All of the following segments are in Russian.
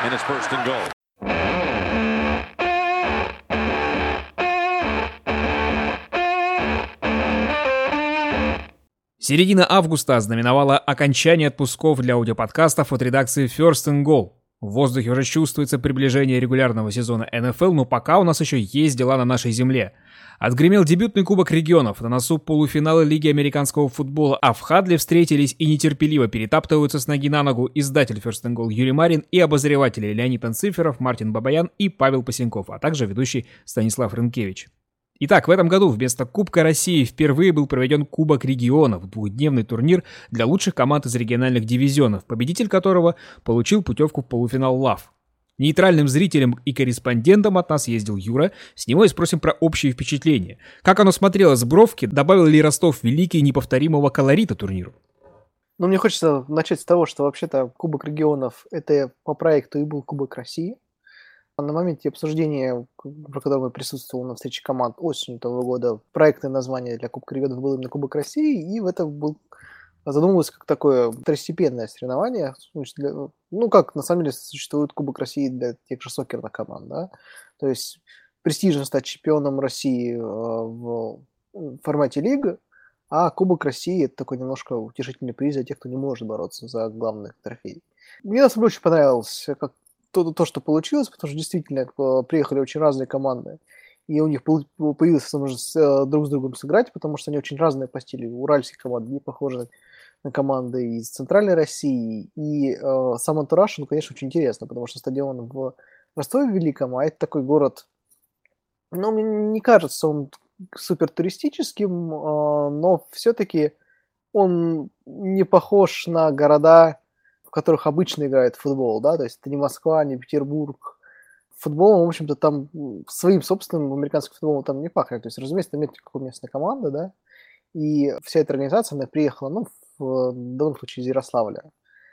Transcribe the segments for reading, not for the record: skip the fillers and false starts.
And it's first and goal. Середина августа ознаменовала окончание отпусков для аудиоподкастов от редакции First and Goal. В воздухе уже чувствуется приближение регулярного сезона НФЛ, но пока у нас еще есть дела на нашей земле. Отгремел дебютный Кубок регионов, на носу полуфиналы Лиги американского футбола, а в Хадле встретились и нетерпеливо перетаптываются с ноги на ногу издатель First and Goal Юрий Марин и обозреватели Леонид Анциферов, Мартин Бабаян и Павел Пасенков, а также ведущий Станислав Рынкевич. Итак, в этом году вместо Кубка России впервые был проведен Кубок регионов, двухдневный турнир для лучших команд из региональных дивизионов, победитель которого получил путевку в полуфинал ЛАВ. Нейтральным зрителем и корреспондентом от нас ездил Юра, с него и спросим про общие впечатления. Как оно смотрелось с Бровки, добавил ли Ростов Великий неповторимого колорита турниру? Ну, мне хочется начать с того, что вообще-то Кубок регионов – это по проекту и был Кубок России. На моменте обсуждения, про которое я присутствовал на встрече команд осенью того года, проектное название для Кубка регионов было именно Кубок России, и в это задумывалось как такое второстепенное соревнование. Ну, как на самом деле существует Кубок России для тех же сокерных команд, да? То есть престижно стать чемпионом России в формате лиги, а Кубок России – это такой немножко утешительный приз для тех, кто не может бороться за главный трофей. Мне на самом деле очень понравилось, как то, что получилось, потому что действительно приехали очень разные команды, и у них появилась возможность друг с другом сыграть, потому что они очень разные по стилю. Уральские команды не похожи на команды из Центральной России, и сам антураж, он, конечно, очень интересно, потому что стадион в Ростове-Великом, а это такой город, ну, мне не кажется он супер туристическим, но все-таки он не похож на города, в которых обычно играет футбол, да, то есть это не Москва, не Петербург. Футболом, в общем-то, там своим собственным американским футболом там не пахнет. То есть, разумеется, там нет никакой местной команды, да, и вся эта организация, она приехала, ну, в данном случае из Ярославля.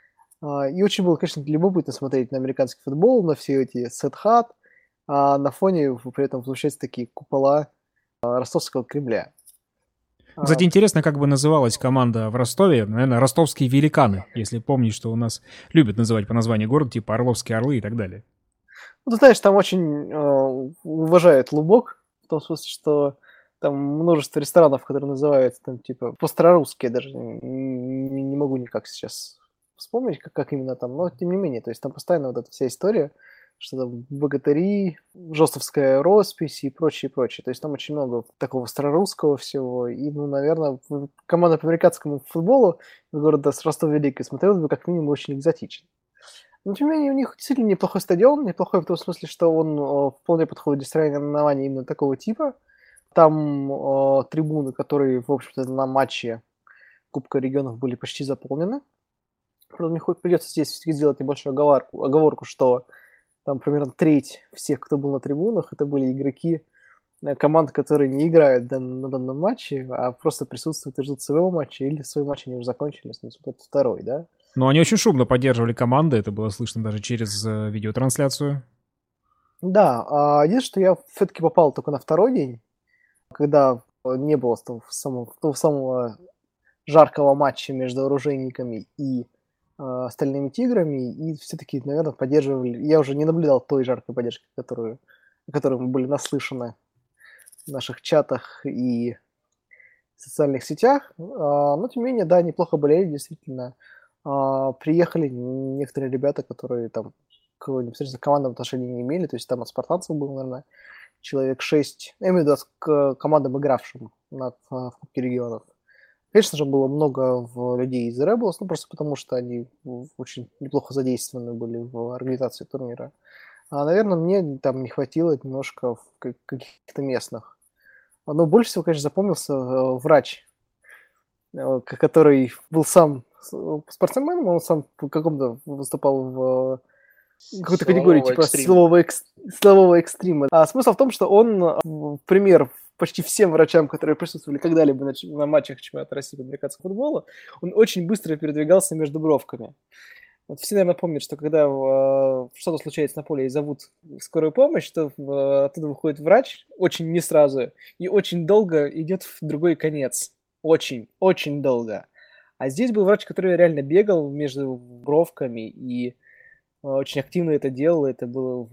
И очень было, конечно, любопытно смотреть на американский футбол, на все эти сет-хат, а на фоне при этом случаются такие купола Ростовского Кремля. Кстати, интересно, как бы называлась команда в Ростове. Наверное, ростовские великаны, если помнишь, что у нас любят называть по названию города, типа Орловские орлы и так далее. Ну, ты знаешь, там очень уважают Лубок, в том смысле, что там множество ресторанов, которые называются там типа по-старорусски, я даже не могу никак сейчас вспомнить, как именно там, но тем не менее, то есть там постоянно вот эта вся история, что там богатыри, жестовская роспись и прочее, прочее. То есть там очень много такого старорусского всего. И, ну, наверное, команда по американскому футболу города Ростов-Великий смотрелась бы как минимум очень экзотично. Но, тем не менее, у них действительно неплохой стадион. Неплохой в том смысле, что он вполне подходит для соревнований именно такого типа. Там трибуны, которые, в общем-то, на матче Кубка регионов были почти заполнены. Правда, мне придется здесь все-таки сделать небольшую оговорку, что там примерно треть всех, кто был на трибунах, это были игроки команд, которые не играют на данном матче, а просто присутствуют и ждут своего матча, или свой матч они уже закончили, смотрят второй, да? Но они очень шумно поддерживали команды, это было слышно даже через видеотрансляцию. Да, единственное, что я все-таки попал только на второй день, когда не было самого жаркого матча между оружейниками и остальными тиграми, и все-таки, наверное, поддерживали... Я уже не наблюдал той жаркой поддержки, о которой мы были наслышаны в наших чатах и социальных сетях. Но, тем не менее, да, неплохо болели, действительно. Приехали некоторые ребята, которые там к командам отношения не имели, то есть там от спартанцев было, наверное, человек 6, я имею в виду к командам, игравшим в Кубке регионов. Конечно же, было много людей из Rebels, ну, просто потому что они очень неплохо задействованы были в организации турнира. Наверное, мне там не хватило немножко каких-то местных. Но больше всего, конечно, запомнился врач, который был сам спортсменом, он сам в каком-то выступал в какой-то категории типа силового экстрима. Смысл в том, что он, пример почти всем врачам, которые присутствовали когда-либо на матчах чемпионата России по американскому футболу, он очень быстро передвигался между бровками. Вот все, наверное, помнят, что когда что-то случается на поле и зовут скорую помощь, то оттуда выходит врач очень не сразу и очень долго идет в другой конец. Очень, очень долго. А здесь был врач, который реально бегал между бровками и очень активно это делал. Это было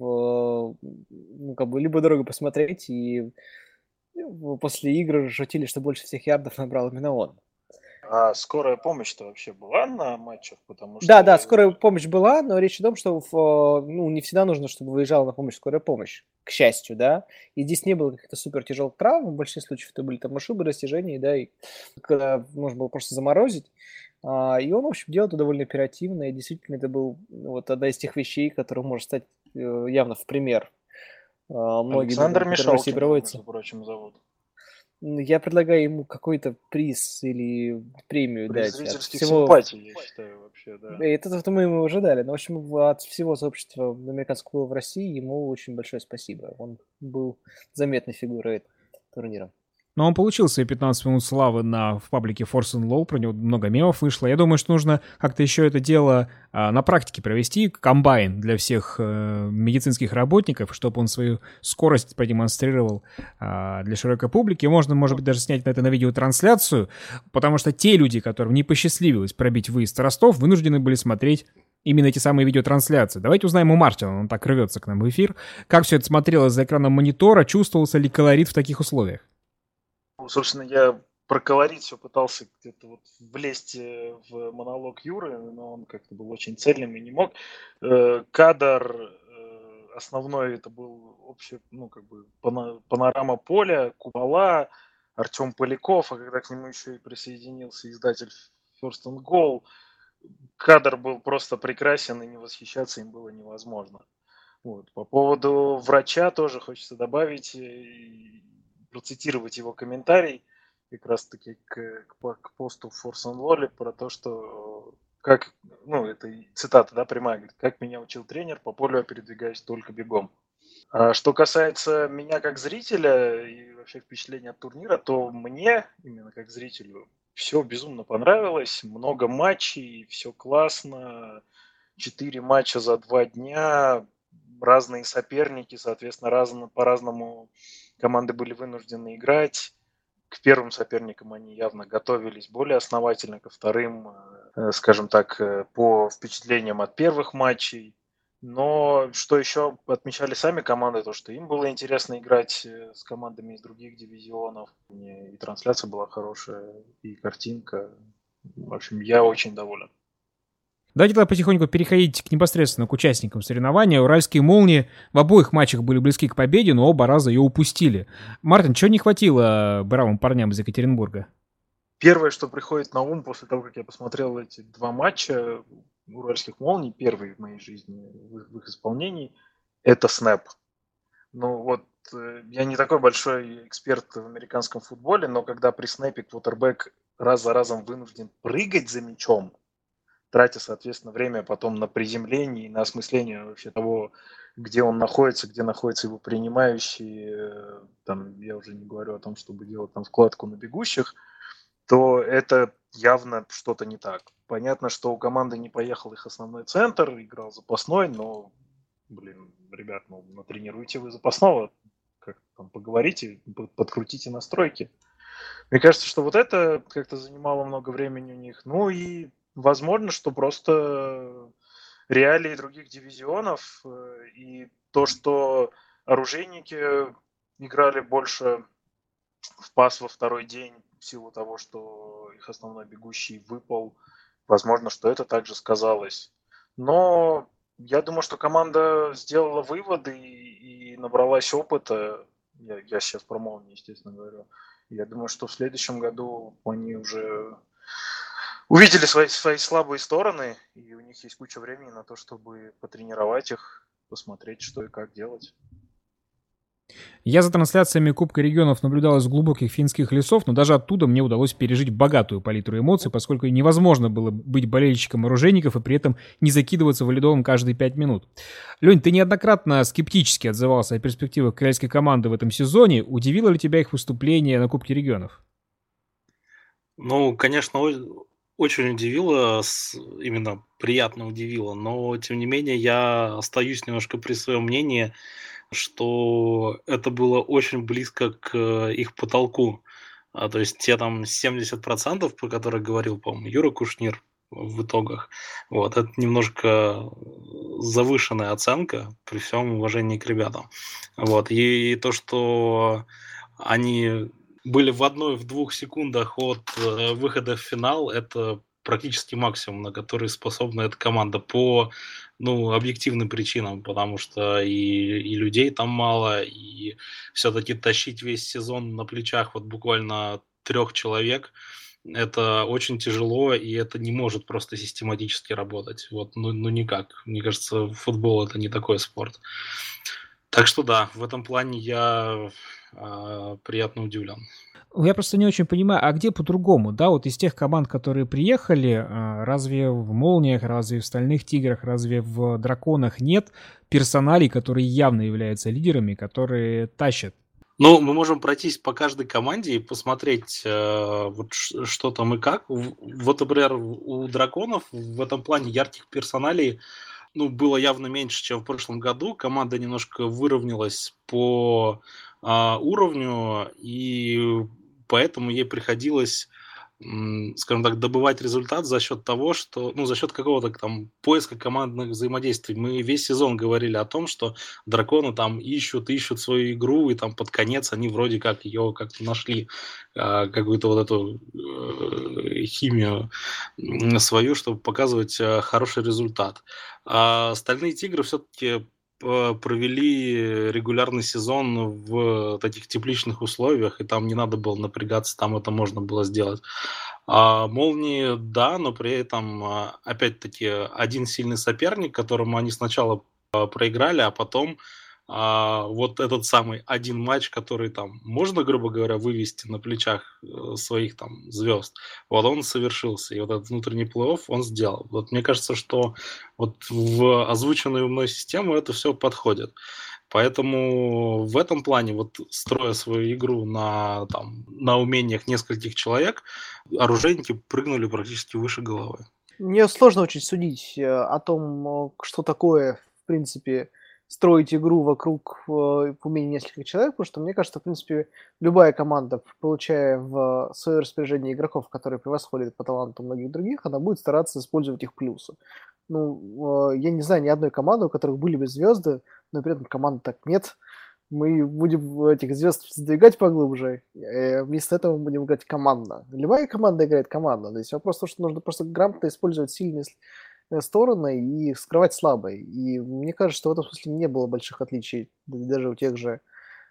ну, как бы любо-дорого посмотреть. И после игр шутили, что больше всех ярдов набрал именно он. А скорая помощь-то вообще была на матчах? Потому Да, да, что скорая помощь была, но речь о том, что ну, не всегда нужно, чтобы выезжала на помощь скорая помощь, к счастью, да. И здесь не было каких-то супер тяжелых травм, в большинстве случаев это были там ушибы, растяжения, да, и когда можно было просто заморозить. И он, в общем, делал это довольно оперативно, и действительно это был вот одна из тех вещей, которая может стать явно в пример многим Александр играм, которые в России Мишалкин его, проводятся. между прочим, зовут. Я предлагаю ему какой-то приз или премию Приз дать от зрительских всего. симпатий, я считаю, вообще, да. И это мы ему уже дали. Но, в общем, от всего сообщества американского клуба в России ему очень большое спасибо. Он был заметной фигурой турнира. Но он получил свои 15 минут славы в паблике Force and Low, про него много мемов вышло. Я думаю, что нужно как-то еще это дело на практике провести, комбайн для всех медицинских работников, чтобы он свою скорость продемонстрировал для широкой публики. Можно, может быть, даже снять это на видеотрансляцию, потому что те люди, которым не посчастливилось пробить выезд в Ростов, вынуждены были смотреть именно эти самые видеотрансляции. Давайте узнаем у Мартина, он так рвется к нам в эфир, как все это смотрелось за экраном монитора, чувствовался ли колорит в таких условиях. Собственно, я про колорит все пытался где-то вот влезть в монолог Юры, но он как-то был очень цельным и не мог. Кадр основной это был общий, ну, как бы панорама поля, купола, Артем Поляков, а когда к нему еще и присоединился издатель First and Goal, кадр был просто прекрасен, и не восхищаться им было невозможно. Вот. По поводу врача тоже хочется добавить, процитировать его комментарий как раз-таки к посту Force and Volley про то, что как, ну, это цитата, да, прямая, говорит, как меня учил тренер, по полю я передвигаюсь только бегом. А что касается меня как зрителя и вообще впечатления от турнира, то мне, именно как зрителю, все безумно понравилось, много матчей, все классно, 4 матча за 2 дня, разные соперники, соответственно, по-разному команды были вынуждены играть. К первым соперникам они явно готовились более основательно, ко вторым, скажем так, по впечатлениям от первых матчей. Но что еще отмечали сами команды, то что им было интересно играть с командами из других дивизионов. И трансляция была хорошая, и картинка. В общем, я очень доволен. Давайте тогда потихоньку переходить непосредственно к участникам соревнования. Уральские «Молнии» в обоих матчах были близки к победе, но оба раза ее упустили. Мартин, чего не хватило бравым парням из Екатеринбурга? Первое, что приходит на ум после того, как я посмотрел эти 2 матча уральских «Молний», первые в моей жизни в их исполнении, это снэп. Ну вот, я не такой большой эксперт в американском футболе, но когда при снэпе квотербек раз за разом вынужден прыгать за мячом, тратя, соответственно, время потом на приземление и на осмысление вообще того, где он находится, где находится его принимающий, там, я уже не говорю о том, чтобы делать там вкладку на бегущих, то это явно что-то не так. Понятно, что у команды не поехал их основной центр, играл запасной, но, блин, ребят, ну, натренируйте вы запасного, как там поговорите, подкрутите настройки. Мне кажется, что вот это как-то занимало много времени у них. Ну и возможно, что просто реалии других дивизионов и то, что оружейники играли больше в пас во второй день в силу того, что их основной бегущий выпал. Возможно, что это также сказалось. Но я думаю, что команда сделала выводы и набралась опыта. Я сейчас про «Молнию», естественно, говорю. Я думаю, что в следующем году они уже увидели свои слабые стороны, и у них есть куча времени на то, чтобы потренировать их, посмотреть, что и как делать. Я за трансляциями Кубка регионов наблюдал из глубоких финских лесов, но даже оттуда мне удалось пережить богатую палитру эмоций, поскольку невозможно было быть болельщиком оружейников и при этом не закидываться валидолом каждые 5 минут. Лень, ты неоднократно скептически отзывался о перспективах крыльской команды в этом сезоне. Удивило ли тебя их выступление на Кубке регионов? Ну, конечно, очень удивило, именно приятно удивило, но тем не менее я остаюсь немножко при своем мнении, что это было очень близко к их потолку. То есть те там 70%, про которых говорил, по-моему, Юра Кушнир, в итогах. Вот, это немножко завышенная оценка при всем уважении к ребятам. Вот, и то, что они были в 1-2 секундах от выхода в финал, это практически максимум, на который способна эта команда по объективным причинам, потому что и людей там мало, и все-таки тащить весь сезон на плечах вот буквально 3 человек, это очень тяжело, и это не может просто систематически работать. Вот, никак. Мне кажется, футбол это не такой спорт. Так что да, в этом плане я приятно удивлен. Я просто не очень понимаю, а где по-другому, да, вот из тех команд, которые приехали, разве в «Молниях», разве в «Стальных тиграх», разве в «Драконах» нет персоналей, которые явно являются лидерами, которые тащат? Мы можем пройтись по каждой команде и посмотреть, вот что там и как. Вот, например, у «Драконов» в этом плане ярких персоналей было явно меньше, чем в прошлом году. Команда немножко выровнялась по уровню, и поэтому ей приходилось, скажем так, добывать результат за счет того, что, за счет какого-то там поиска командных взаимодействий. Мы весь сезон говорили о том, что драконы там ищут свою игру, и там под конец они вроде как ее как-то нашли, какую-то вот эту химию свою, чтобы показывать хороший результат. А «Стальные тигры» все-таки провели регулярный сезон в таких тепличных условиях, и там не надо было напрягаться, там это можно было сделать. А «Молнии», да, но при этом, опять-таки, один сильный соперник, которому они сначала проиграли, а потом вот этот самый один матч, который там можно, грубо говоря, вывести на плечах своих там звезд, вот он совершился, и вот этот внутренний плей-офф он сделал. Вот мне кажется, что вот в озвученную мной систему это все подходит. Поэтому в этом плане, вот строя свою игру на умениях нескольких человек, оружейники прыгнули практически выше головы. Мне сложно очень судить о том, что такое, в принципе, строить игру вокруг умений нескольких человек, потому что мне кажется, в принципе, любая команда, получая в свое распоряжение игроков, которые превосходят по таланту многих других, она будет стараться использовать их плюсы. Я не знаю ни одной команды, у которых были бы звезды, но при этом команд так нет. Мы будем этих звезд сдвигать поглубже, вместо этого мы будем играть командно. Любая команда играет командно. То есть вопрос в том, что нужно просто грамотно использовать сильные стороны и скрывать слабые. И мне кажется, что в этом смысле не было больших отличий даже у тех же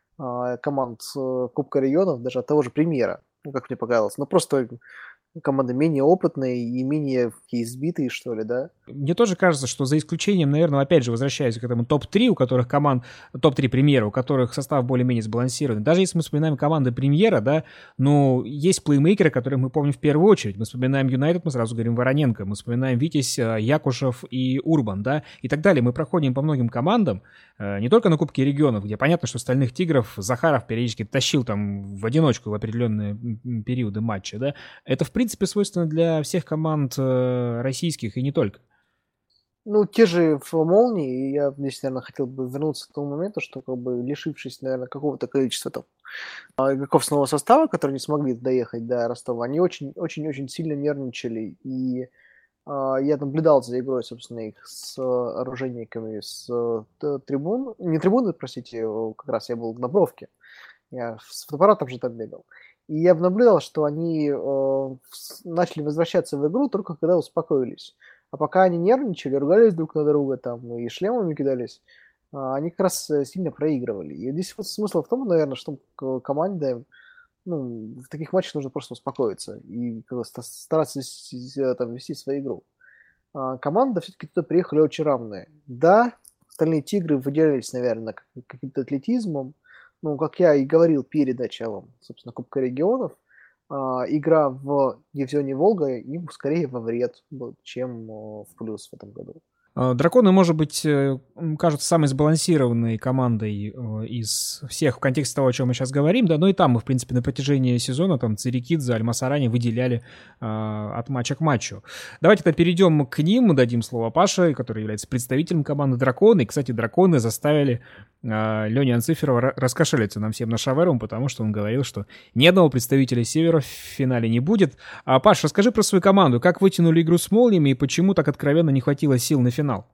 команд Кубка регионов, даже от того же Премьера, как мне показалось. Но просто команды менее опытные и менее избитые, что ли, да? Мне тоже кажется, что за исключением, наверное, опять же, возвращаясь к этому топ-3, у которых команд, топ-3 Премьера, у которых состав более-менее сбалансированный. Даже если мы вспоминаем команды Премьера, да, есть плеймейкеры, которых мы помним в первую очередь. Мы вспоминаем Юнайтед, мы сразу говорим Вороненко, мы вспоминаем Витязь, Якушев и Урбан, да, и так далее. Мы проходим по многим командам, не только на Кубке регионов, где понятно, что «Стальных тигров» Захаров периодически тащил там в одиночку в определенные периоды матча, да. Это, в принципе, свойственно для всех команд российских и не только. Те же в «Молнии», я здесь, наверное, хотел бы вернуться к тому моменту, что, лишившись, наверное, какого-то количества игроков с нового состава, которые не смогли доехать до Ростова, они очень-очень сильно нервничали, и я наблюдал за игрой, собственно, их с оружейниками, с трибун, не трибуны, простите, как раз я был на бровке, я с фотоаппаратом же там бегал, и я наблюдал, что они начали возвращаться в игру только когда успокоились. А пока они нервничали, ругались друг на друга, там, и шлемами кидались, они как раз сильно проигрывали. И здесь вот смысл в том, наверное, что команде в таких матчах нужно просто успокоиться и стараться вести свою игру. Команда все-таки туда приехали очень равные. Да, «Стальные тигры» выделялись, наверное, каким-то атлетизмом. Как я и говорил перед началом, собственно, Кубка регионов, игра в дивизионе «Волга» им скорее во вред, чем в плюс в этом году. «Драконы», может быть, кажутся самой сбалансированной командой из всех в контексте того, о чем мы сейчас говорим, да, но и там мы, в принципе, на протяжении сезона там Цирикидзе, Аль-Масарани выделяли от матча к матчу. Давайте тогда перейдем к ним, мы дадим слово Паше, который является представителем команды «Драконы». И, кстати, «Драконы» заставили Леня Анциферова раскошелится нам всем на шаверму, потому что он говорил, что ни одного представителя Севера в финале не будет. Паш, расскажи про свою команду. Как вытянули игру с молниями и почему так откровенно не хватило сил на финал?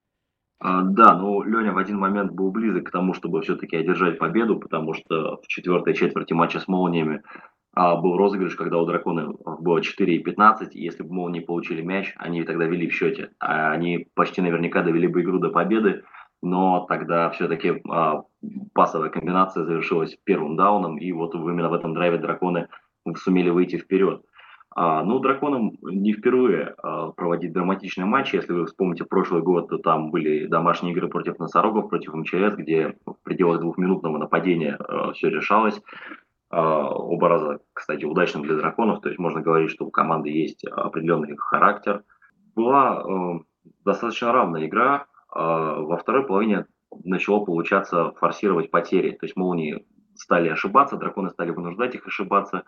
Да, ну Леня в один момент был близок к тому, чтобы все-таки одержать победу, потому что в четвертой четверти матча с молниями был розыгрыш, когда у драконов было 4:15, и если бы молнии получили мяч, они тогда вели в счете. Они почти наверняка довели бы игру до победы, но тогда все-таки пасовая комбинация завершилась первым дауном, и вот именно в этом драйве драконы сумели выйти вперед. Ну, драконам не впервые проводить драматичные матчи. Если вы вспомните прошлый год, то там были домашние игры против носорогов, против МЧС, где в пределах двухминутного нападения все решалось. Оба раза, кстати, удачным для драконов. То есть можно говорить, что у команды есть определенный характер. Была достаточно равная игра. Во второй половине начало получаться форсировать потери. То есть молнии стали ошибаться, драконы стали вынуждать их ошибаться.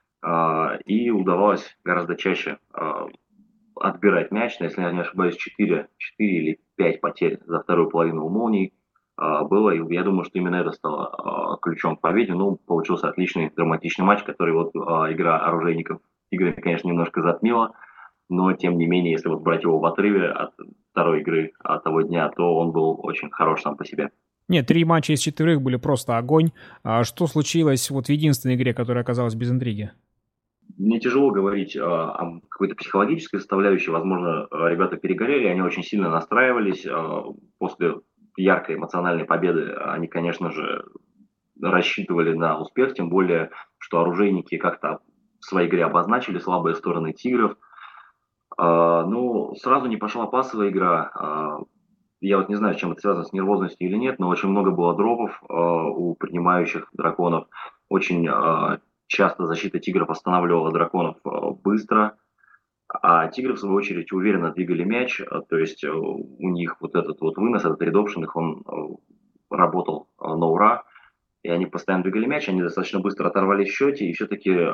И удавалось гораздо чаще отбирать мяч. Если я не ошибаюсь, 4 или 5 потерь за вторую половину у молний было. И я думаю, что именно это стало ключом к победе. Ну, получился отличный драматичный матч, который вот игра оружейников игры, конечно, немножко затмила. Но, тем не менее, если вот брать его в отрыве от второй игры от того дня, то он был очень хорош сам по себе. Нет, 3 матча из 4 были просто огонь. А что случилось вот в единственной игре, которая оказалась без интриги? Мне тяжело говорить о какой-то психологической составляющей. Возможно, ребята перегорели, они очень сильно настраивались. После яркой эмоциональной победы они, конечно же, рассчитывали на успех, тем более, что оружейники как-то в своей игре обозначили слабые стороны тигров. Ну, сразу не пошла пасовая игра. Я вот не знаю, с чем это связано, с нервозностью или нет, но очень много было дропов у принимающих драконов. Очень часто защита тигров останавливала драконов быстро, а тигры, в свою очередь, уверенно двигали мяч, то есть у них вот этот вот вынос, этот редопшн, он работал на ура, и они постоянно двигали мяч, они достаточно быстро оторвались в счете, и все-таки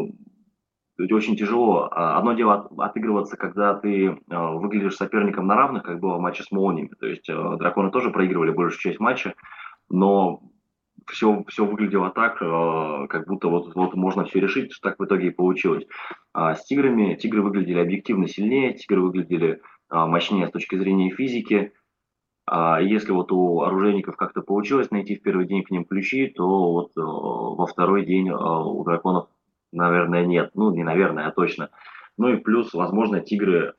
очень тяжело. Одно дело отыгрываться, когда ты выглядишь соперником на равных, как было в матче с молниями, то есть драконы тоже проигрывали большую часть матча, но все выглядело так, как будто вот можно все решить, что так в итоге и получилось. С тиграми тигры выглядели объективно сильнее, тигры выглядели мощнее с точки зрения физики. Если вот у оружейников как-то получилось найти в первый день к ним ключи, то вот во второй день у драконов, наверное, нет. Ну, не наверное, а точно. Ну и плюс, возможно, тигры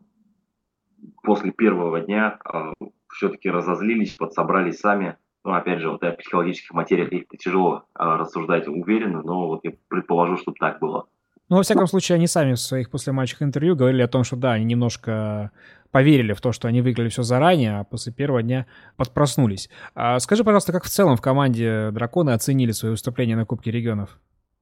после первого дня все-таки разозлились, подсобрались сами. Ну, опять же, вот о психологических материях их тяжело рассуждать уверенно, но вот я предположу, чтобы так было. Ну, во всяком случае, они сами в своих послематчевых интервью говорили о том, что да, они немножко поверили в то, что они выиграли все заранее, а после первого дня подпроснулись. Скажи, пожалуйста, как в целом в команде «Драконы» оценили свое выступление на Кубке регионов?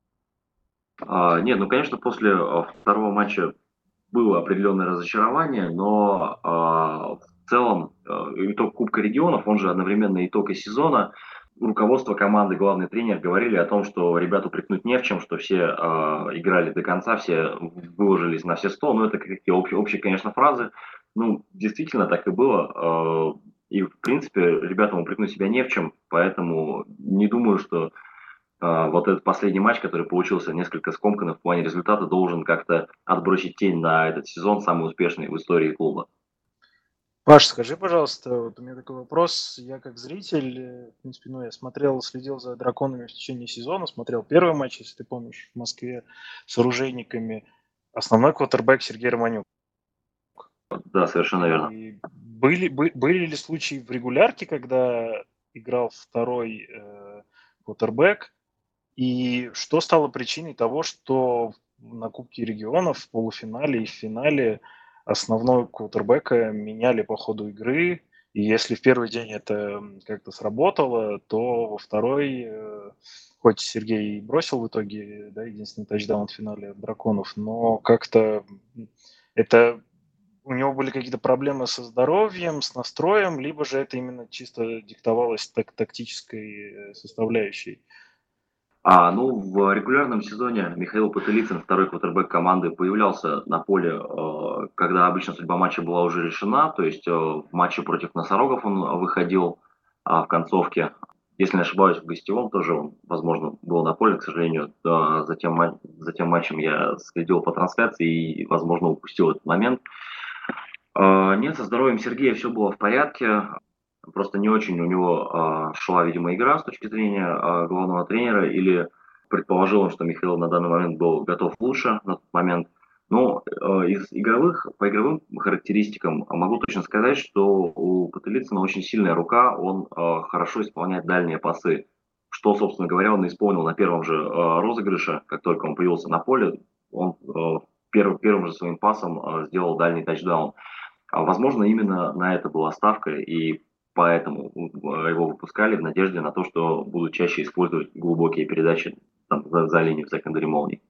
Нет, ну, конечно, после второго матча было определенное разочарование, но в целом итог Кубка регионов, он же одновременно итог и сезона. Руководство команды, главный тренер говорили о том, что ребят упрекнуть не в чем, что все играли до конца, все выложились на все 100. Ну, это какие общие, конечно, фразы. Ну, действительно, так и было. И, в принципе, ребятам упрекнуть себя не в чем, поэтому не думаю, что вот этот последний матч, который получился несколько скомканным в плане результата, должен как-то отбросить тень на этот сезон, самый успешный в истории клуба. Паш, скажи, пожалуйста, вот у меня такой вопрос. Я как зритель, в принципе, я следил за драконами в течение сезона, смотрел первый матч, если ты помнишь, в Москве с оружейниками. Основной квотербэк Сергей Романюк. Да, совершенно верно. И были ли случаи в регулярке, когда играл второй квотербэк? И что стало причиной того, что на Кубке регионов в полуфинале и в финале основной квотербека меняли по ходу игры, и если в первый день это как-то сработало, то во второй, хоть Сергей бросил в итоге, да, единственный тачдаун в финале от драконов, но как-то это у него были какие-то проблемы со здоровьем, с настроем, либо же это именно чисто диктовалось тактической составляющей. Ну, в регулярном сезоне Михаил Потылицын, второй квотербэк команды, появлялся на поле, когда обычно судьба матча была уже решена. То есть в матче против носорогов он выходил в концовке. Если не ошибаюсь, в гостевом тоже он, возможно, был на поле, к сожалению. Да, за тем матчем я следил по трансляции и, возможно, упустил этот момент. Нет, со здоровьем Сергея все было в порядке. Просто не очень у него шла, видимо, игра с точки зрения главного тренера. Или предположил он, что Михаил на данный момент был готов лучше на тот момент. Но по игровым характеристикам могу точно сказать, что у Потылицына очень сильная рука, он хорошо исполняет дальние пасы. Что, собственно говоря, он исполнил на первом же розыгрыше, как только он появился на поле, он первым же своим пасом сделал дальний тачдаун. Возможно, именно на это была ставка, и поэтому его выпускали в надежде на то, что будут чаще использовать глубокие передачи там, за линию в секондаре молний.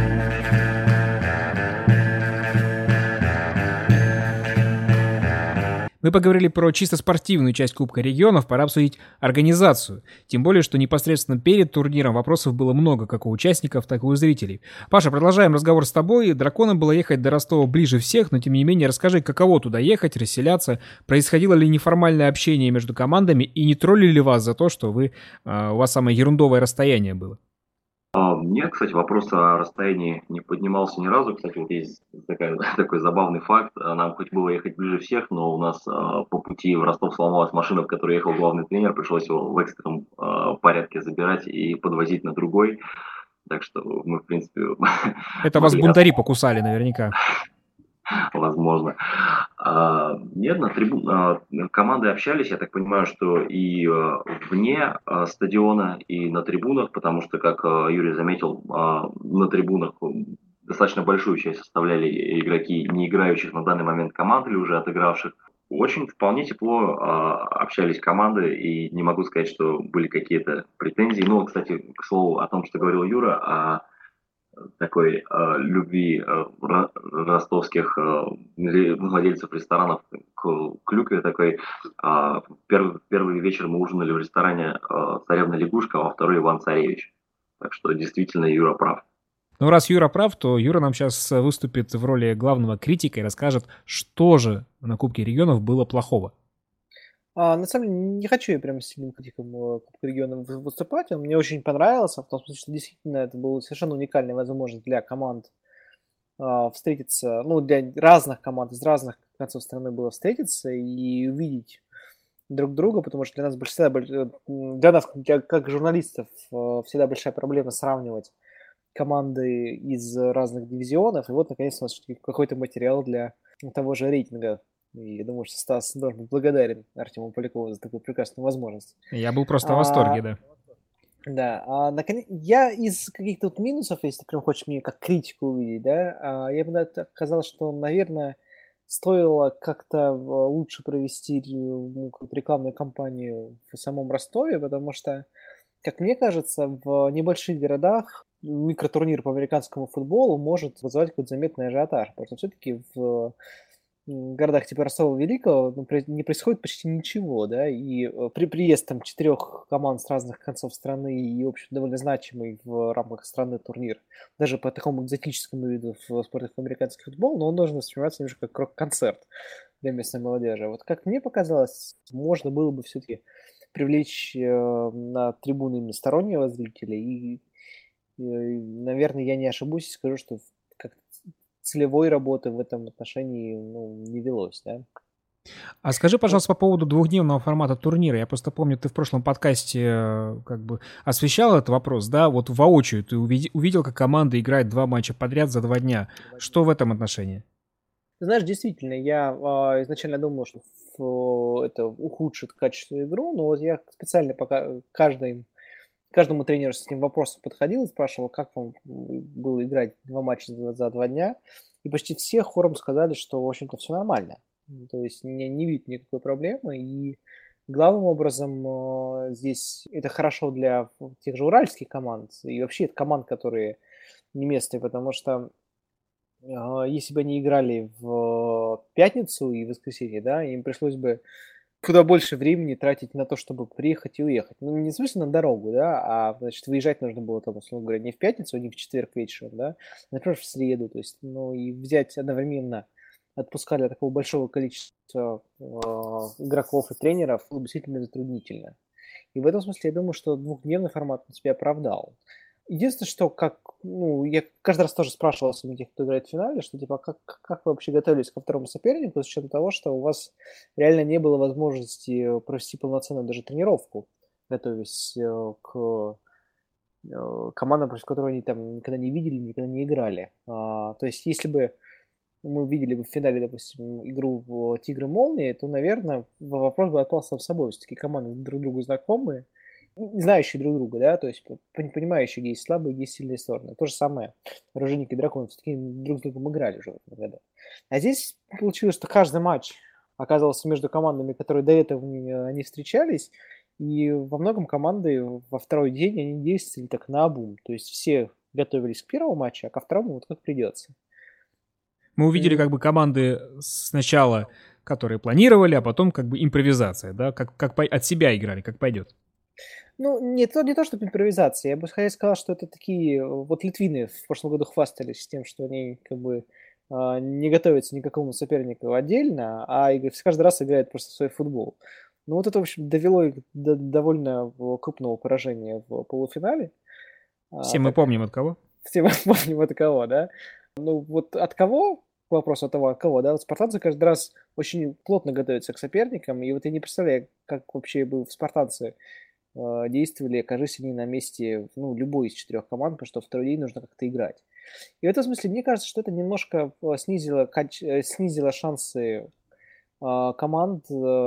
Мы поговорили про чисто спортивную часть Кубка регионов, пора обсудить организацию. Тем более, что непосредственно перед турниром вопросов было много как у участников, так и у зрителей. Паша, продолжаем разговор с тобой. Драконам было ехать до Ростова ближе всех, но тем не менее расскажи, каково туда ехать, расселяться, происходило ли неформальное общение между командами и не троллили вас за то, что у вас самое ерундовое расстояние было? Нет, кстати, вопрос о расстоянии не поднимался ни разу. Кстати, вот есть такой забавный факт. Нам хоть было ехать ближе всех, но у нас по пути в Ростов сломалась машина, в которой ехал главный тренер. Пришлось его в экстренном порядке забирать и подвозить на другой. Так что мы, в принципе... Это вас бунтари покусали наверняка. Возможно. Нет, команды общались, я так понимаю, что и вне стадиона, и на трибунах, потому что, как Юрий заметил, на трибунах достаточно большую часть составляли игроки, не играющих на данный момент команд или уже отыгравших. Очень вполне тепло общались команды, и не могу сказать, что были какие-то претензии. Ну, кстати, к слову о том, что говорил Юра, о такой любви ростовских владельцев ресторанов к клюкве такой. Первый вечер мы ужинали в ресторане «Царевна лягушка», а во второй «Иван Царевич». Так что действительно Юра прав. Ну, раз Юра прав, то Юра нам сейчас выступит в роли главного критика и расскажет, что же на Кубке регионов было плохого. На самом деле, не хочу я прям сильным критиком Кубка регионов выступать. Он мне очень понравился, в том смысле, что действительно это была совершенно уникальная возможность для команд встретиться, ну, для разных команд из разных концов страны было встретиться и увидеть друг друга, потому что для нас как журналистов, всегда большая проблема сравнивать команды из разных дивизионов. И вот, наконец, у нас какой-то материал для того же рейтинга. И я думаю, что Стас должен быть благодарен Артему Полякову за такую прекрасную возможность. Я был просто в восторге, да. Да, наконец, я из каких-то вот минусов, если ты прям хочешь мне как критику увидеть, да, я бы сказал, что, наверное, стоило как-то лучше провести рекламную кампанию в самом Ростове, потому что, как мне кажется, в небольших городах микротурнир по американскому футболу может вызывать какой-то заметный ажиотаж, потому что все-таки в городах типа Ростова Великого не происходит почти ничего, да, и приезд там 4 команд с разных концов страны и, в общем, довольно значимый в рамках страны турнир, даже по такому экзотическому виду в спортах американский футбол, но он должен восприниматься немножко как рок-концерт для местной молодежи. Вот как мне показалось, можно было бы все-таки привлечь на трибуны именно стороннего зрителя, и, наверное, я не ошибусь и скажу, что целевой работы в этом отношении не велось, да. А скажи, пожалуйста, по поводу двухдневного формата турнира. Я просто помню, ты в прошлом подкасте как бы освещал этот вопрос, да? Вот воочию ты увидел, как команда играет 2 матча подряд за 2 дня. Что в этом отношении? Знаешь, действительно, я изначально думал, что это ухудшит качество игры, но вот я специально пока каждому тренеру с этим вопросом подходил и спрашивал, как вам было играть 2 матча за 2 дня, и почти все хором сказали, что, в общем-то, все нормально. То есть не видят никакой проблемы, и главным образом здесь это хорошо для тех же уральских команд, и вообще это команд, которые не местные, потому что если бы они играли в пятницу и воскресенье, да, им пришлось бы куда больше времени тратить на то, чтобы приехать и уехать. Ну, не в смысле на дорогу, да, а, значит, выезжать нужно было, там, условно говоря, не в пятницу, не в четверг вечером, да, а, например, в среду, то есть, и взять одновременно отпускали такого большого количества игроков и тренеров, было действительно затруднительно. И в этом смысле я думаю, что двухдневный формат он себя оправдал. Единственное, что я каждый раз тоже спрашивал с тех, кто играет в финале, что типа как вы вообще готовились ко второму сопернику, с учетом того, что у вас реально не было возможности провести полноценную даже тренировку, готовясь к командам, против которых они там никогда не видели, никогда не играли. То есть если бы мы видели бы в финале, допустим, игру в «Тигры Молнии», то, наверное, вопрос бы отпал сам собой. Все-таки команды друг другу знакомые, знающие друг друга, да, то есть понимающие, где есть слабые, где есть сильные стороны. То же самое Оружейники и Драконы все-таки друг с другом играли уже в этом году. А здесь получилось, что каждый матч оказывался между командами, которые до этого не встречались, и во многом команды во второй день они действовали так наобум. То есть все готовились к первому матчу, а ко второму вот как придется. Мы увидели как бы команды сначала, которые планировали, а потом как бы импровизация, да, как от себя играли, как пойдет. Ну, не то, чтобы импровизация. Я бы скорее сказал, что это такие... Вот литвины в прошлом году хвастались тем, что они как бы не готовятся ни к какому сопернику отдельно, а каждый раз играют просто свой футбол. Ну, вот это, в общем, довело их до довольно крупного поражения в полуфинале. Все мы помним от кого. Все мы помним от кого, да. Ну, вот от кого, к вопросу от того, от кого, да, вот спартанцы каждый раз очень плотно готовятся к соперникам, и вот я не представляю, как вообще бы спартанцы действовали, окажись они на месте, любой из 4 команд, потому что второй день нужно как-то играть. И в этом смысле мне кажется, что это немножко снизило шансы команд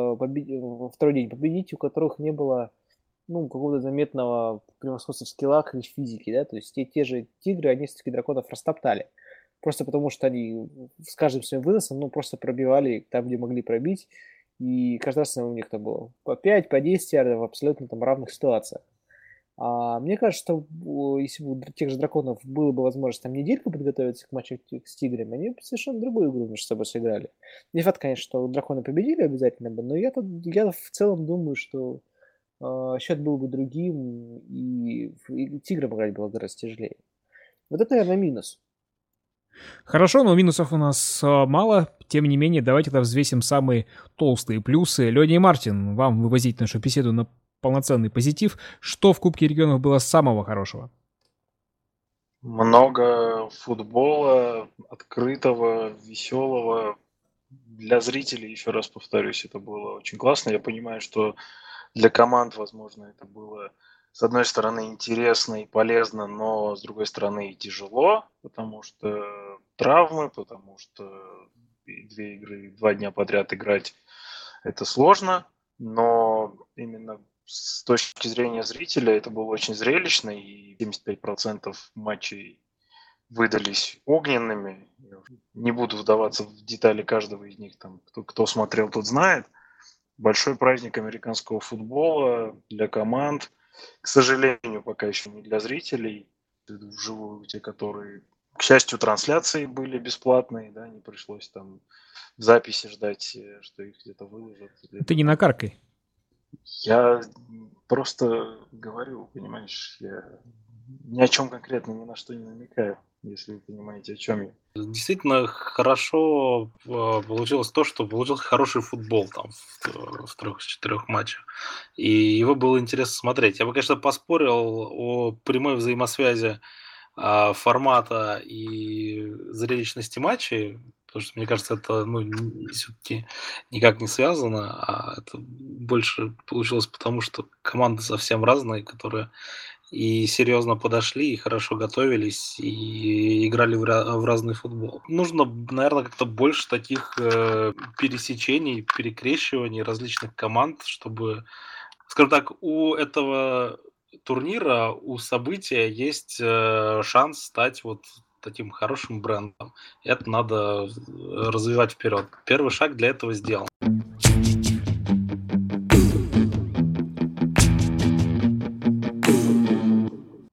во второй день победить, у которых не было какого-то заметного превосходства в скиллах или в физике, да, то есть те же тигры, они все-таки драконов растоптали. Просто потому, что они с каждым своим выносом, просто пробивали там, где могли пробить, и каждый раз у них там было по 5, по 10 ярдов в абсолютно там равных ситуациях. А мне кажется, что если бы у тех же драконов было бы возможность там недельку подготовиться к матчу с тиграми, они бы совершенно другую игру между собой сыграли. Не факт, конечно, что драконы победили обязательно бы, но я в целом думаю, что счет был бы другим, и тиграм играть было гораздо тяжелее. Вот это, наверное, минус. Хорошо, но минусов у нас мало. Тем не менее, давайте тогда взвесим самые толстые плюсы. Леня и Мартин, вам вывозить нашу беседу на полноценный позитив. Что в Кубке регионов было самого хорошего? Много футбола, открытого, веселого. Для зрителей, еще раз повторюсь, это было очень классно. Я понимаю, что для команд, возможно, это было, с одной стороны, интересно и полезно, но, с другой стороны, и тяжело, потому что травмы, потому что 2 игры 2 дня подряд играть – это сложно, но именно с точки зрения зрителя это было очень зрелищно, и 75% матчей выдались огненными. Не буду вдаваться в детали каждого из них, там, кто смотрел, тот знает. Большой праздник американского футбола для команд. К сожалению, пока еще не для зрителей. Вживую те, которые, к счастью, трансляции были бесплатные, да, не пришлось там в записи ждать, что их где-то выложат. Ты не накаркай. Я просто говорю, понимаешь, я ни о чем конкретно, ни на что не намекаю, если вы понимаете, о чем я. Действительно хорошо получилось то, что получился хороший футбол там в 3 из 4 матчах. И его было интересно смотреть. Я бы, конечно, поспорил о прямой взаимосвязи формата и зрелищности матчей, потому что, мне кажется, это все-таки никак не связано, а это больше получилось потому, что команды совсем разные, которые и серьезно подошли, и хорошо готовились, и играли в разный футбол. Нужно, наверное, как-то больше таких пересечений, перекрещиваний различных команд, чтобы, скажем так, у этого турнира, у события есть шанс стать вот таким хорошим брендом. Это надо развивать вперед. Первый шаг для этого сделан.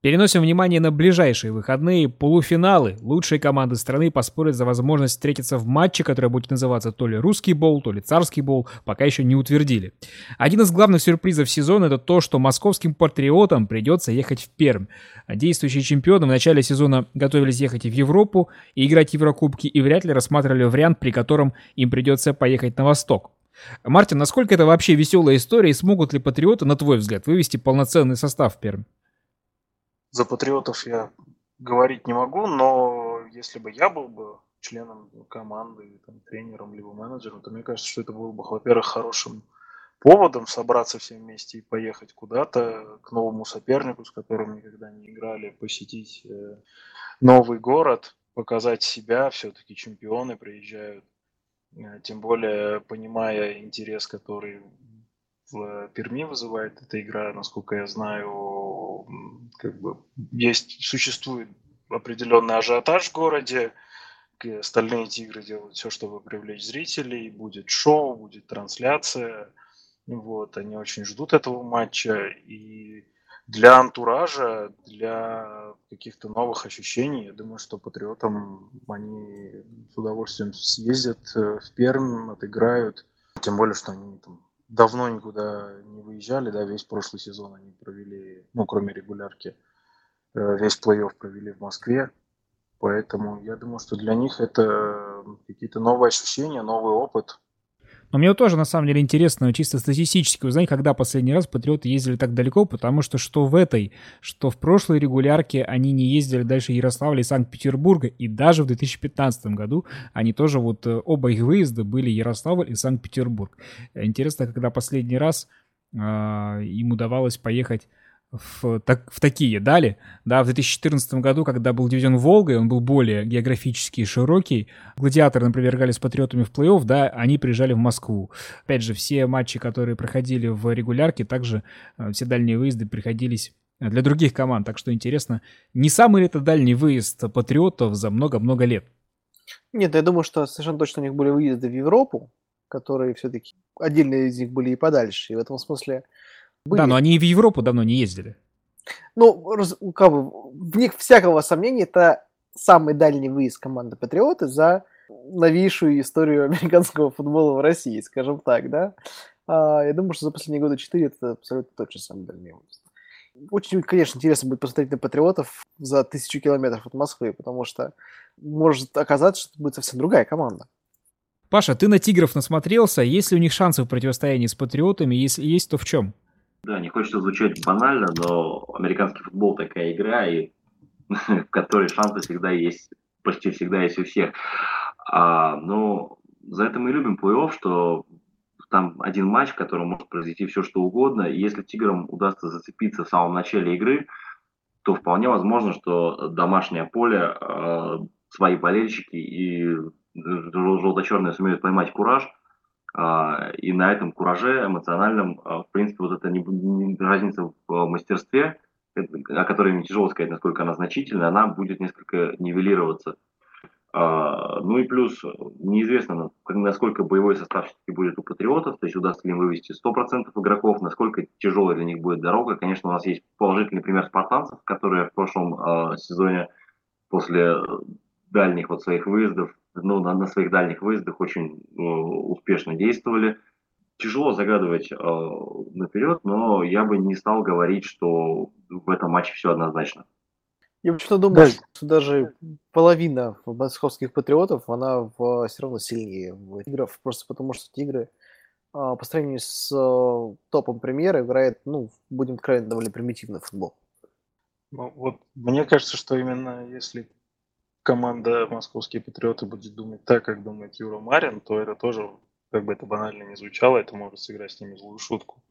Переносим внимание на ближайшие выходные. Полуфиналы. Лучшие команды страны поспорят за возможность встретиться в матче, который будет называться то ли Русский боул, то ли Царский боул, пока еще не утвердили. Один из главных сюрпризов сезона — это то, что московским патриотам придется ехать в Пермь. Действующие чемпионы в начале сезона готовились ехать в Европу и играть в Еврокубки, и вряд ли рассматривали вариант, при котором им придется поехать на восток. Мартин, насколько это вообще веселая история, и смогут ли патриоты, на твой взгляд, вывести полноценный состав в Пермь? За патриотов я говорить не могу, но если бы я был бы членом команды, там, тренером, либо менеджером, то мне кажется, что это было бы, во-первых, хорошим поводом собраться всем вместе и поехать куда-то к новому сопернику, с которым никогда не играли, посетить новый город, показать себя, все-таки чемпионы приезжают, тем более понимая интерес, который в Перми вызывает эта игра, насколько я знаю, как бы существует определенный ажиотаж в городе, остальные тигры делают все, чтобы привлечь зрителей, будет шоу, будет трансляция, вот, они очень ждут этого матча, и для антуража, для каких-то новых ощущений, я думаю, что патриотам они с удовольствием съездят в Пермь, отыграют, тем более, что они там давно никуда не выезжали, да, весь прошлый сезон они провели, ну, кроме регулярки, весь плей-офф провели в Москве, поэтому я думаю, что для них это какие-то новые ощущения, новый опыт. Но мне вот тоже, на самом деле, интересно, чисто статистически узнать, когда последний раз патриоты ездили так далеко, потому что в этой, что в прошлой регулярке они не ездили дальше Ярославля и Санкт-Петербурга, и даже в 2015 году они тоже, вот оба их выезда были Ярославль и Санкт-Петербург. Интересно, когда последний раз им удавалось поехать в такие дали. Да, в 2014 году, когда был дивизион Волга, и он был более географически широкий, гладиаторы, например, играли с патриотами в плей-офф, да, они приезжали в Москву. Опять же, все матчи, которые проходили в регулярке, также все дальние выезды приходились для других команд. Так что интересно, не самый ли это дальний выезд патриотов за много-много лет? Нет, я думаю, что совершенно точно у них были выезды в Европу, которые все-таки отдельные из них были и подальше. И в этом смысле были. Да, но они и в Европу давно не ездили. Ну, как бы, вне всякого сомнения, это самый дальний выезд команды «Патриоты» за новейшую историю американского футбола в России, скажем так, да. Я думаю, что за последние годы 4 это абсолютно точно самый дальний выезд. Очень, конечно, интересно будет посмотреть на «Патриотов» за 1000 километров от Москвы, потому что может оказаться, что это будет совсем другая команда. Паша, ты на «Тигров» насмотрелся. Есть ли у них шансы в противостоянии с «Патриотами»? Если есть, то в чем? Да, не хочется звучать банально, но американский футбол такая игра, и в которой шансы всегда есть, почти всегда есть у всех. Но за это мы и любим плей-офф, что там один матч, в котором может произойти все, что угодно. И если Тиграм удастся зацепиться в самом начале игры, то вполне возможно, что домашнее поле, свои болельщики и желто-черные сумеют поймать кураж. И на этом кураже эмоциональном, в принципе, вот эта разница в мастерстве, о которой мне тяжело сказать, насколько она значительна, она будет несколько нивелироваться. Ну и плюс, неизвестно, насколько боевой состав все-таки будет у патриотов, то есть удастся ли им вывести 100% игроков, насколько тяжелая для них будет дорога. Конечно, у нас есть положительный пример спартанцев, которые в прошлом сезоне после дальних вот своих выездов, на своих дальних выездах очень успешно действовали. Тяжело загадывать наперед, но я бы не стал говорить, что в этом матче все однозначно. Я почему-то думаю, что даже половина московских патриотов, она все равно сильнее тигров, просто потому что тигры по сравнению с топом премьеры играют, будем откровенно, довольно примитивный футбол. Ну, вот мне кажется, что именно если команда «Московские патриоты» будет думать так, как думает Юра Марин, то это тоже, как бы это банально не звучало, это может сыграть с ними злую шутку.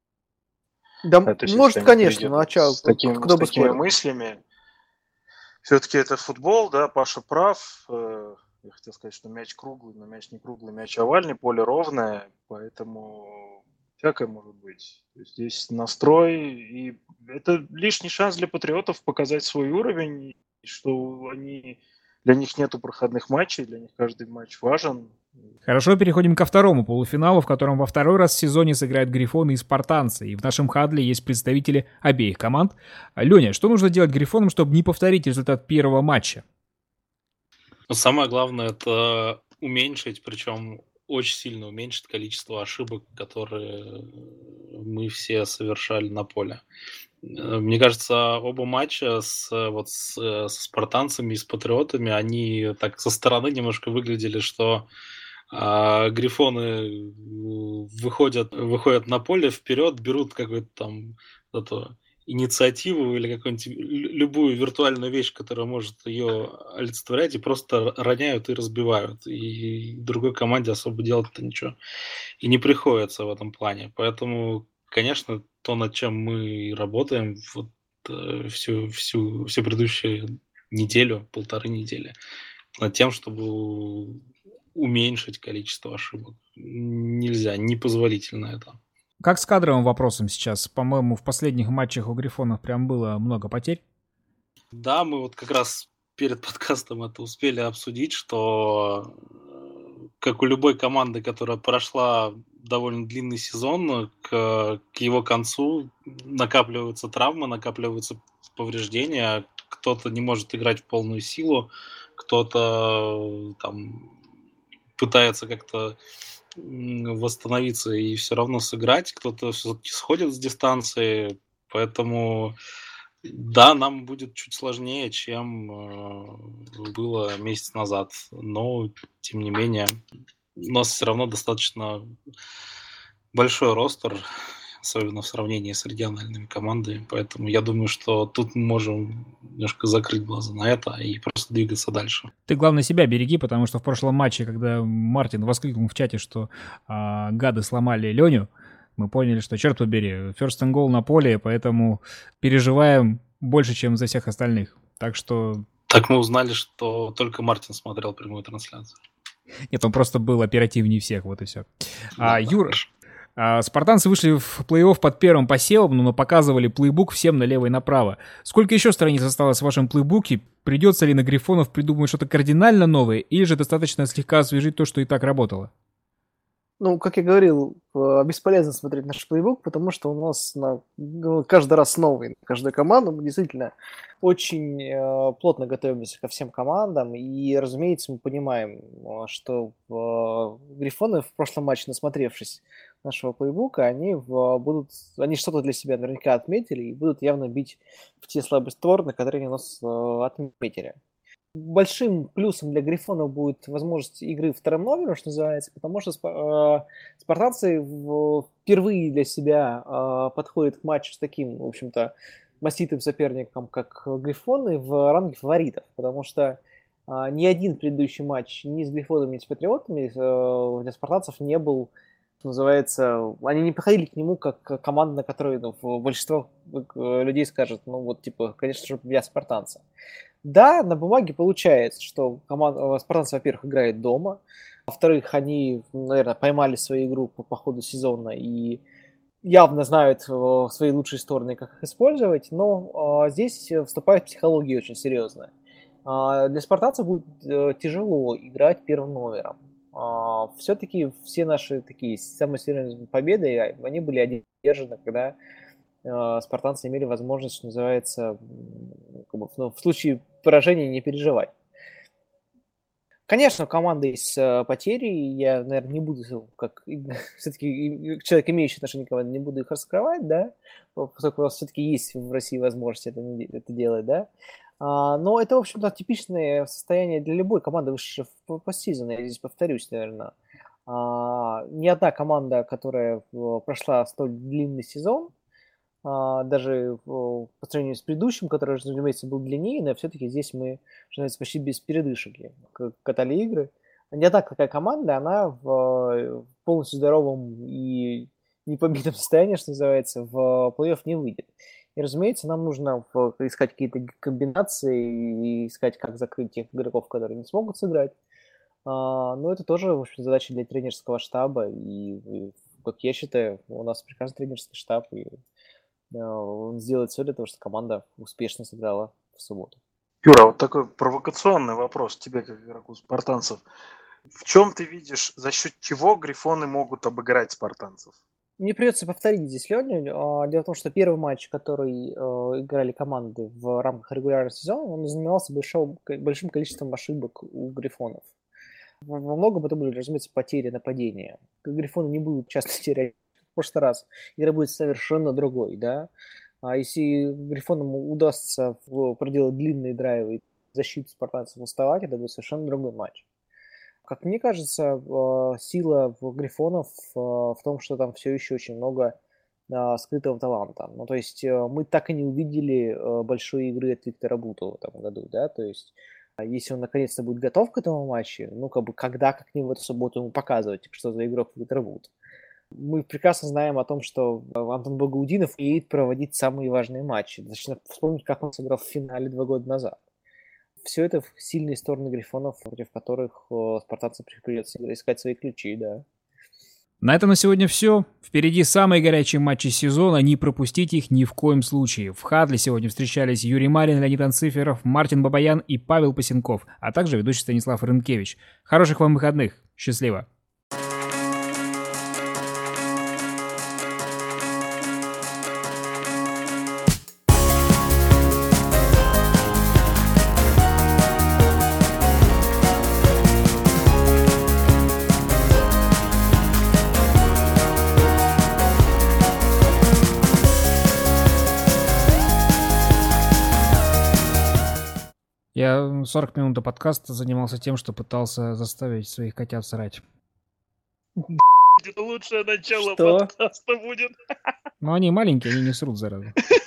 Да, может, конечно, но с такими мыслями. Все-таки это футбол, да, Паша прав. Я хотел сказать, что мяч круглый, но мяч не круглый, мяч овальный, поле ровное, поэтому всякое может быть. Здесь настрой, и это лишний шанс для патриотов показать свой уровень, что они Для них нету проходных матчей, для них каждый матч важен. Хорошо, переходим ко второму полуфиналу, в котором во второй раз в сезоне сыграют Грифоны и Спартанцы. И в нашем хадле есть представители обеих команд. Леня, что нужно делать Грифонам, чтобы не повторить результат первого матча? Но самое главное — это уменьшить, причем очень сильно уменьшить количество ошибок, которые мы все совершали на поле. Мне кажется, оба матча со спартанцами и с патриотами, они так со стороны немножко выглядели, что Грифоны выходят на поле вперед, берут какую-то там инициативу или какую-нибудь любую виртуальную вещь, которая может ее олицетворять, и просто роняют и разбивают. И другой команде особо делать-то ничего и не приходится в этом плане. Поэтому, конечно, то, над чем мы работаем всю предыдущую неделю, 1,5 недели, над тем, чтобы уменьшить количество ошибок. Нельзя, непозволительно это. Как с кадровым вопросом сейчас? По-моему, в последних матчах у Грифонов прям было много потерь. Да, мы вот как раз перед подкастом это успели обсудить, что как у любой команды, которая прошла довольно длинный сезон, к его концу накапливаются травмы, накапливаются повреждения, кто-то не может играть в полную силу, кто-то там пытается как-то восстановиться и все равно сыграть, кто-то все-таки сходит с дистанции, поэтому да, нам будет чуть сложнее, чем было месяц назад, но тем не менее у нас все равно достаточно большой ростер, особенно в сравнении с региональными командами, поэтому я думаю, что тут мы можем немножко закрыть глаза на это и просто двигаться дальше. Ты, главное, себя береги, потому что в прошлом матче, когда Мартин воскликнул в чате, что гады сломали Леню, мы поняли, что, черт побери, first and goal на поле, поэтому переживаем больше, чем за всех остальных. Так что... Так мы узнали, что только Мартин смотрел прямую трансляцию. Нет, он просто был оперативнее всех, вот и все. Да, Юра, спартанцы вышли в плей-офф под первым посевом, но показывали плейбук всем налево и направо. Сколько еще страниц осталось в вашем плейбуке? Придется ли на Грифонов придумать что-то кардинально новое, или же достаточно слегка освежить то, что и так работало? Ну, как я говорил, бесполезно смотреть наш плейбук, потому что у нас каждый раз новый. Каждая команда, мы действительно очень плотно готовимся ко всем командам. И, разумеется, мы понимаем, что Грифоны в прошлом матче, насмотревшись нашего плейбука, они что-то для себя наверняка отметили и будут явно бить в те слабые стороны, которые они у нас отметили. Большим плюсом для Грифонов будет возможность игры вторым номером, что называется, потому что спартанцы впервые для себя подходят к матчу с таким, в общем-то, маститым соперником, как Грифоны, в ранге фаворитов, потому что ни один предыдущий матч ни с Грифонами, ни с Патриотами для спартанцев не был, что называется, они не подходили к нему как команда, на которой большинство людей скажет, конечно же, я спартанцы. Да, на бумаге получается, что команда спартанцы, во-первых, играет дома, во-вторых, они, наверное, поймали свою игру по ходу сезона и явно знают свои лучшие стороны, как их использовать, но здесь вступает психология очень серьезная. Для спартанцев будет тяжело играть первым номером. Все-таки все наши такие самые серьезные победы, они были одержаны, когда спартанцы имели возможность, что называется, в случае поражения не переживать. Конечно, у команды есть потери, я, наверное, не буду, как все-таки человек, имеющий отношение к команде, не буду их раскрывать, да, поскольку у нас все-таки есть в России возможность это делать, да. Но это, в общем-то, типичное состояние для любой команды высшего постсезона, я здесь повторюсь, наверное. Ни одна команда, которая прошла столь длинный сезон, даже по сравнению с предыдущим, который, разумеется, был длиннее, но все-таки здесь мы, что называется, почти без передышек катали игры. Ни одна какая команда, она в полностью здоровом и непобитом состоянии, что называется, в плей-офф не выйдет. И, разумеется, нам нужно искать какие-то комбинации и искать, как закрыть тех игроков, которые не смогут сыграть. Но это тоже, в общем, задача для тренерского штаба. И, как я считаю, у нас прекрасный тренерский штаб, и он сделает все для того, чтобы команда успешно сыграла в субботу. Юра, вот такой провокационный вопрос тебе, как игроку спартанцев. В чем ты видишь, за счет чего грифоны могут обыграть спартанцев? Мне придется повторить здесь Леню. Дело в том, что первый матч, который играли команды в рамках регулярного сезона, он знаменовался большим количеством ошибок у грифонов. Во многом это были, разумеется, потери нападения. Грифоны не будут часто терять в прошлый раз. Игра будет совершенно другой, да. А если грифонам удастся проделать длинные драйвы и защиту спартанцев уставать, это будет совершенно другой матч. Как мне кажется, сила грифонов в том, что там все еще очень много скрытого таланта. Ну, то есть мы так и не увидели большой игры от Виктора Бутова в этом году, да, то есть если он наконец-то будет готов к этому матчу, ну, как бы, когда, как не в эту субботу ему показывать, что за игрок Виктор Бут. Мы прекрасно знаем о том, что Антон Багаудинов умеет проводить самые важные матчи. Достаточно вспомнить, как он сыграл в финале 2 года назад. Все это сильные стороны грифонов, против которых спартанцам придется искать свои ключи, да. На этом на сегодня все. Впереди самые горячие матчи сезона, не пропустите их ни в коем случае. В Хадле сегодня встречались Юрий Марин, Леонид Анциферов, Мартин Бабаян и Павел Пасенков, а также ведущий Станислав Рынкевич. Хороших вам выходных. Счастливо. Я 40 минут до подкаста занимался тем, что пытался заставить своих котят срать. Это лучшее начало Что? подкаста будет. Но они маленькие, они не срут, зараза.